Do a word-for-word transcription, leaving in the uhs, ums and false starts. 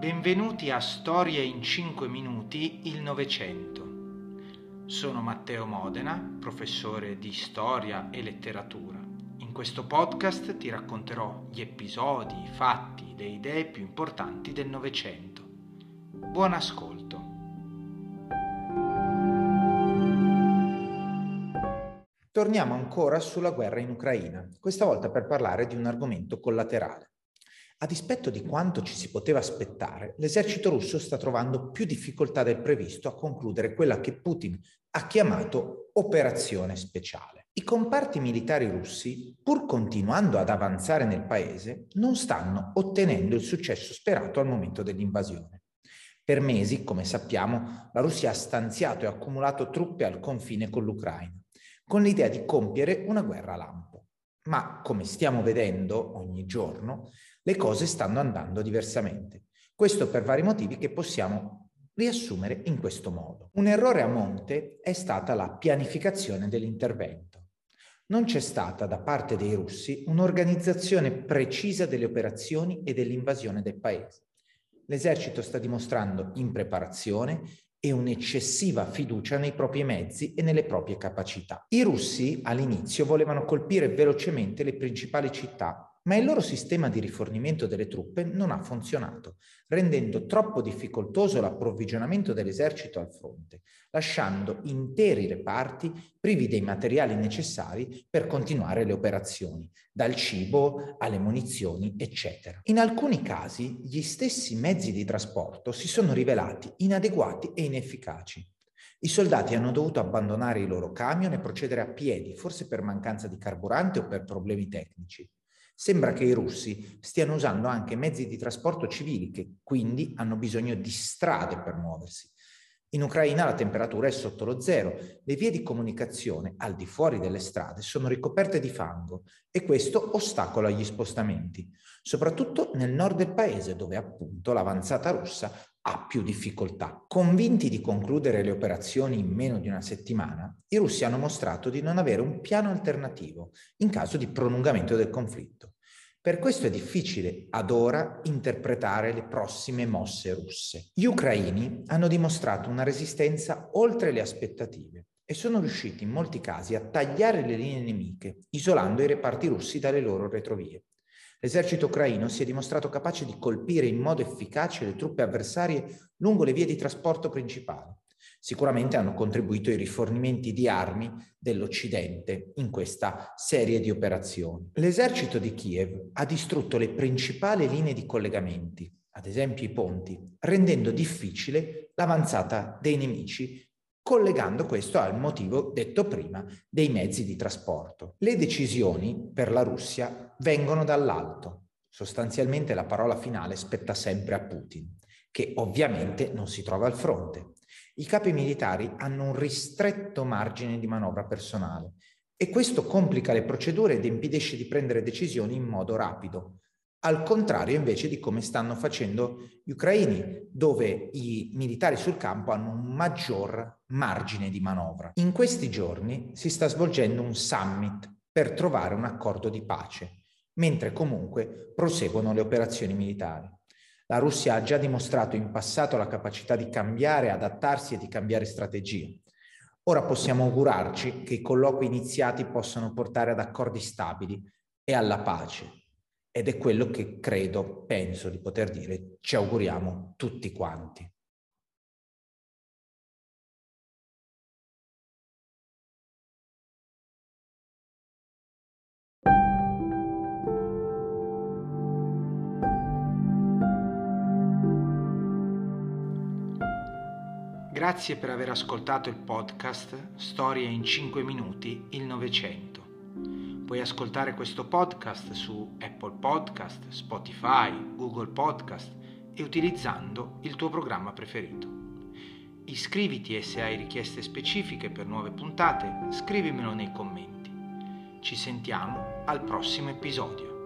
Benvenuti a Storie in cinque minuti, il Novecento. Sono Matteo Modena, professore di storia e letteratura. In questo podcast ti racconterò gli episodi, i fatti, le idee più importanti del Novecento. Buon ascolto. Torniamo ancora sulla guerra in Ucraina, questa volta per parlare di un argomento collaterale. A dispetto di quanto ci si poteva aspettare, l'esercito russo sta trovando più difficoltà del previsto a concludere quella che Putin ha chiamato operazione speciale. I comparti militari russi, pur continuando ad avanzare nel paese, non stanno ottenendo il successo sperato al momento dell'invasione. Per mesi, come sappiamo, la Russia ha stanziato e accumulato truppe al confine con l'Ucraina, con l'idea di compiere una guerra lampo. Ma, come stiamo vedendo ogni giorno, le cose stanno andando diversamente. Questo per vari motivi che possiamo riassumere in questo modo. Un errore a monte è stata la pianificazione dell'intervento. Non c'è stata da parte dei russi un'organizzazione precisa delle operazioni e dell'invasione del paese. L'esercito sta dimostrando impreparazione e un'eccessiva fiducia nei propri mezzi e nelle proprie capacità. I russi all'inizio volevano colpire velocemente le principali città, ma il loro sistema di rifornimento delle truppe non ha funzionato, rendendo troppo difficoltoso l'approvvigionamento dell'esercito al fronte, lasciando interi reparti privi dei materiali necessari per continuare le operazioni, dal cibo alle munizioni, eccetera. In alcuni casi, gli stessi mezzi di trasporto si sono rivelati inadeguati e inefficaci. I soldati hanno dovuto abbandonare i loro camion e procedere a piedi, forse per mancanza di carburante o per problemi tecnici. Sembra che i russi stiano usando anche mezzi di trasporto civili che quindi hanno bisogno di strade per muoversi. In Ucraina la temperatura è sotto lo zero, le vie di comunicazione al di fuori delle strade sono ricoperte di fango e questo ostacola gli spostamenti, soprattutto nel nord del paese dove appunto l'avanzata russa ha più difficoltà. Convinti di concludere le operazioni in meno di una settimana, i russi hanno mostrato di non avere un piano alternativo in caso di prolungamento del conflitto. Per questo è difficile ad ora interpretare le prossime mosse russe. Gli ucraini hanno dimostrato una resistenza oltre le aspettative e sono riusciti in molti casi a tagliare le linee nemiche, isolando i reparti russi dalle loro retrovie. L'esercito ucraino si è dimostrato capace di colpire in modo efficace le truppe avversarie lungo le vie di trasporto principali. Sicuramente hanno contribuito i rifornimenti di armi dell'Occidente in questa serie di operazioni. L'esercito di Kiev ha distrutto le principali linee di collegamenti, ad esempio i ponti, rendendo difficile l'avanzata dei nemici, collegando questo al motivo detto prima dei mezzi di trasporto. Le decisioni per la Russia vengono dall'alto. Sostanzialmente la parola finale spetta sempre a Putin, che ovviamente non si trova al fronte. I capi militari hanno un ristretto margine di manovra personale e questo complica le procedure ed impedisce di prendere decisioni in modo rapido, al contrario invece di come stanno facendo gli ucraini, dove i militari sul campo hanno un maggior margine di manovra. In questi giorni si sta svolgendo un summit per trovare un accordo di pace, mentre comunque proseguono le operazioni militari. La Russia ha già dimostrato in passato la capacità di cambiare, adattarsi e di cambiare strategia. Ora possiamo augurarci che i colloqui iniziati possano portare ad accordi stabili e alla pace. Ed è quello che credo, penso di poter dire, ci auguriamo tutti quanti. Grazie per aver ascoltato il podcast Storie in cinque minuti, il Novecento. Puoi ascoltare questo podcast su Apple Podcast, Spotify, Google Podcast e utilizzando il tuo programma preferito. Iscriviti e se hai richieste specifiche per nuove puntate, scrivimelo nei commenti. Ci sentiamo al prossimo episodio.